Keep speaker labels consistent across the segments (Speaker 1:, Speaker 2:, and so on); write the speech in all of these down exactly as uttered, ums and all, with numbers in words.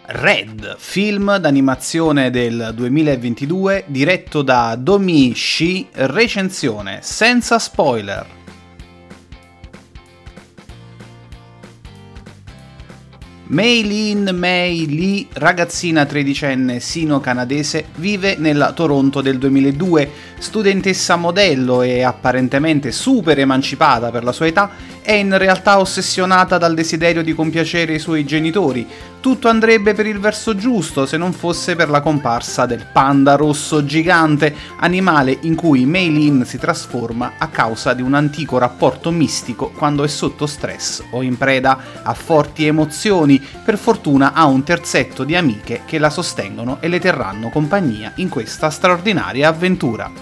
Speaker 1: Red, film d'animazione del duemilaventidue diretto da Domi Shi, recensione senza spoiler. Mei-Lin Mei Lee, ragazzina tredicenne sino-canadese, vive nella Toronto del duemiladue, studentessa modello e apparentemente super emancipata per la sua età, è in realtà ossessionata dal desiderio di compiacere i suoi genitori. Tutto andrebbe per il verso giusto se non fosse per la comparsa del panda rosso gigante, animale in cui Mei-Lin si trasforma a causa di un antico rapporto mistico quando è sotto stress o in preda a forti emozioni. Per fortuna ha un terzetto di amiche che la sostengono e le terranno compagnia in questa straordinaria avventura.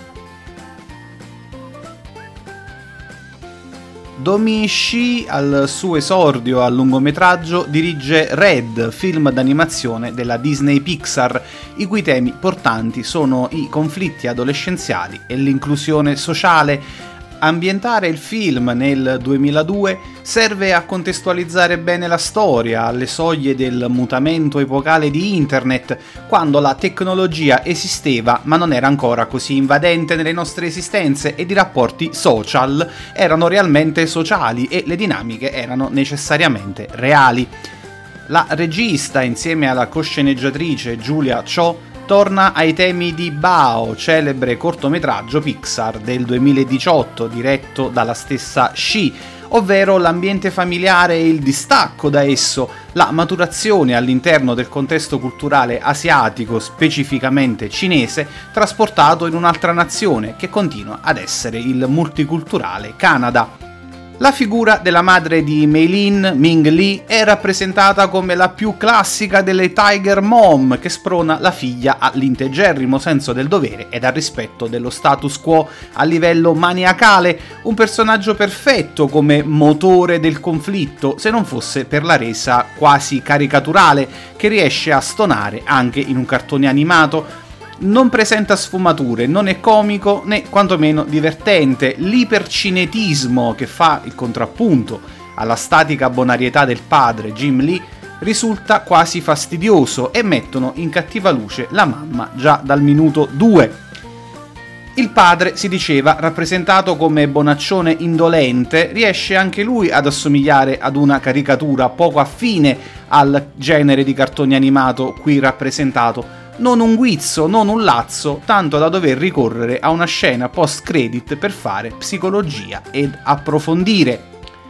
Speaker 1: Domi Shi, al suo esordio al lungometraggio, dirige Red, film d'animazione della Disney Pixar, i cui temi portanti sono i conflitti adolescenziali e l'inclusione sociale. Ambientare il film nel duemiladue serve a contestualizzare bene la storia, alle soglie del mutamento epocale di Internet, quando la tecnologia esisteva ma non era ancora così invadente nelle nostre esistenze ed i rapporti social erano realmente sociali e le dinamiche erano necessariamente reali. La regista, insieme alla cosceneggiatrice Julia Cho, torna ai temi di Bao, celebre cortometraggio Pixar del duemiladiciotto diretto dalla stessa Shi, ovvero l'ambiente familiare e il distacco da esso, la maturazione all'interno del contesto culturale asiatico, specificamente cinese, trasportato in un'altra nazione che continua ad essere il multiculturale Canada. La figura della madre di Mei-Lin, Ming Lee, è rappresentata come la più classica delle Tiger Mom, che sprona la figlia all'integerrimo senso del dovere ed al rispetto dello status quo a livello maniacale, un personaggio perfetto come motore del conflitto, se non fosse per la resa quasi caricaturale che riesce a stonare anche in un cartone animato. Non presenta sfumature, non è comico né quantomeno divertente. L'ipercinetismo che fa il contrappunto alla statica bonarietà del padre Jim Lee risulta quasi fastidioso e mettono in cattiva luce la mamma già dal minuto due. Il padre, si diceva, rappresentato come bonaccione indolente, riesce anche lui ad assomigliare ad una caricatura poco affine al genere di cartone animato qui rappresentato. Non un guizzo, non un lazzo, tanto da dover ricorrere a una scena post-credit per fare psicologia ed approfondire.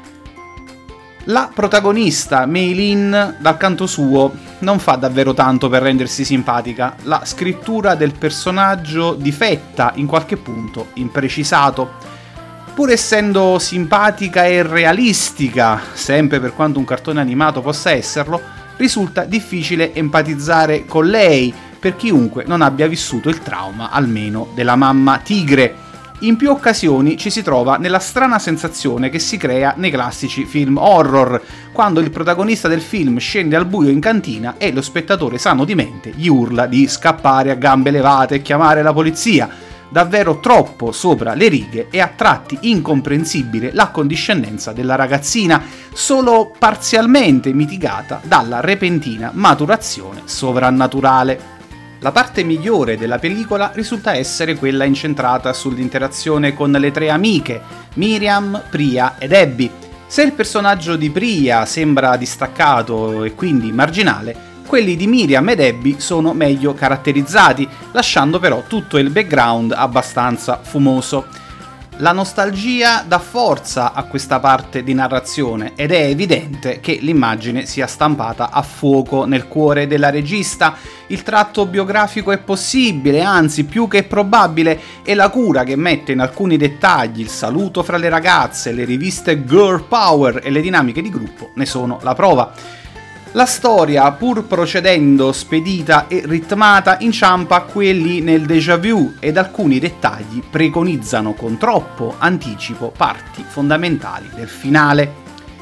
Speaker 1: La protagonista, Mei-Lin, dal canto suo, non fa davvero tanto per rendersi simpatica. La scrittura del personaggio difetta in qualche punto imprecisato. Pur essendo simpatica e realistica, sempre per quanto un cartone animato possa esserlo, risulta difficile empatizzare con lei per chiunque non abbia vissuto il trauma almeno della mamma tigre. In più occasioni ci si trova nella strana sensazione che si crea nei classici film horror, quando il protagonista del film scende al buio in cantina e lo spettatore sano di mente gli urla di scappare a gambe levate e chiamare la polizia. Davvero troppo sopra le righe e a tratti incomprensibile l'accondiscendenza della ragazzina, solo parzialmente mitigata dalla repentina maturazione sovrannaturale. La parte migliore della pellicola risulta essere quella incentrata sull'interazione con le tre amiche, Miriam, Priya ed Abby. Se il personaggio di Priya sembra distaccato e quindi marginale, quelli di Miriam ed Abby sono meglio caratterizzati, lasciando però tutto il background abbastanza fumoso. La nostalgia dà forza a questa parte di narrazione ed è evidente che l'immagine sia stampata a fuoco nel cuore della regista. Il tratto biografico è possibile, anzi più che probabile, e la cura che mette in alcuni dettagli, il saluto fra le ragazze, le riviste Girl Power e le dinamiche di gruppo ne sono la prova. La storia, pur procedendo spedita e ritmata, inciampa qui e lì nel déjà vu ed alcuni dettagli preconizzano con troppo anticipo parti fondamentali del finale.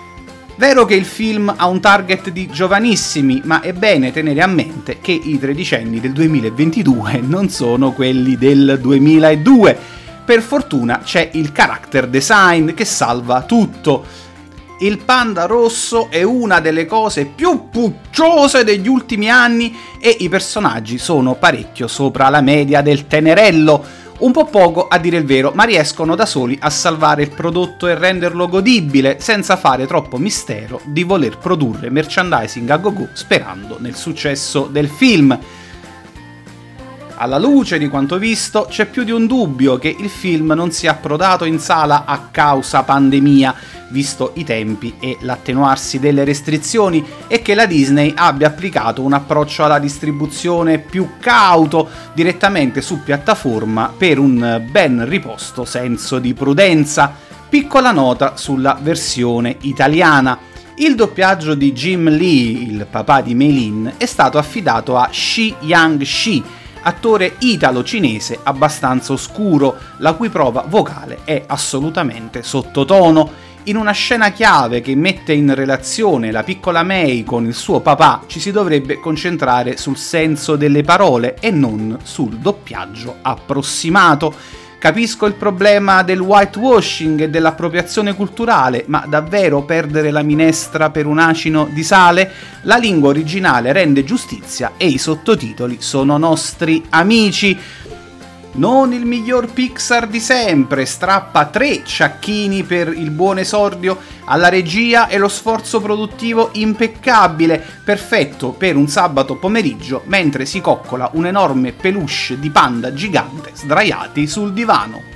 Speaker 1: Vero che il film ha un target di giovanissimi, ma è bene tenere a mente che i tredicenni del duemilaventidue non sono quelli del duemiladue. Per fortuna c'è il character design che salva tutto. Il panda rosso è una delle cose più pucciose degli ultimi anni e i personaggi sono parecchio sopra la media del tenerello. Un po' poco a dire il vero, ma riescono da soli a salvare il prodotto e renderlo godibile senza fare troppo mistero di voler produrre merchandising a go-go sperando nel successo del film. Alla luce di quanto visto, c'è più di un dubbio che il film non sia approdato in sala a causa pandemia, visto i tempi e l'attenuarsi delle restrizioni, e che la Disney abbia applicato un approccio alla distribuzione più cauto direttamente su piattaforma per un ben riposto senso di prudenza. Piccola nota sulla versione italiana. Il doppiaggio di Jim Lee, il papà di Mei Lin, è stato affidato a Shi Yang-shi, attore italo-cinese abbastanza oscuro, la cui prova vocale è assolutamente sottotono. In una scena chiave che mette in relazione la piccola Mei con il suo papà, ci si dovrebbe concentrare sul senso delle parole e non sul doppiaggio approssimato. Capisco il problema del whitewashing e dell'appropriazione culturale, ma davvero perdere la minestra per un acino di sale? La lingua originale rende giustizia e i sottotitoli sono nostri amici. Non il miglior Pixar di sempre, strappa tre ciacchini per il buon esordio alla regia e lo sforzo produttivo impeccabile, perfetto per un sabato pomeriggio mentre si coccola un enorme peluche di panda gigante sdraiati sul divano.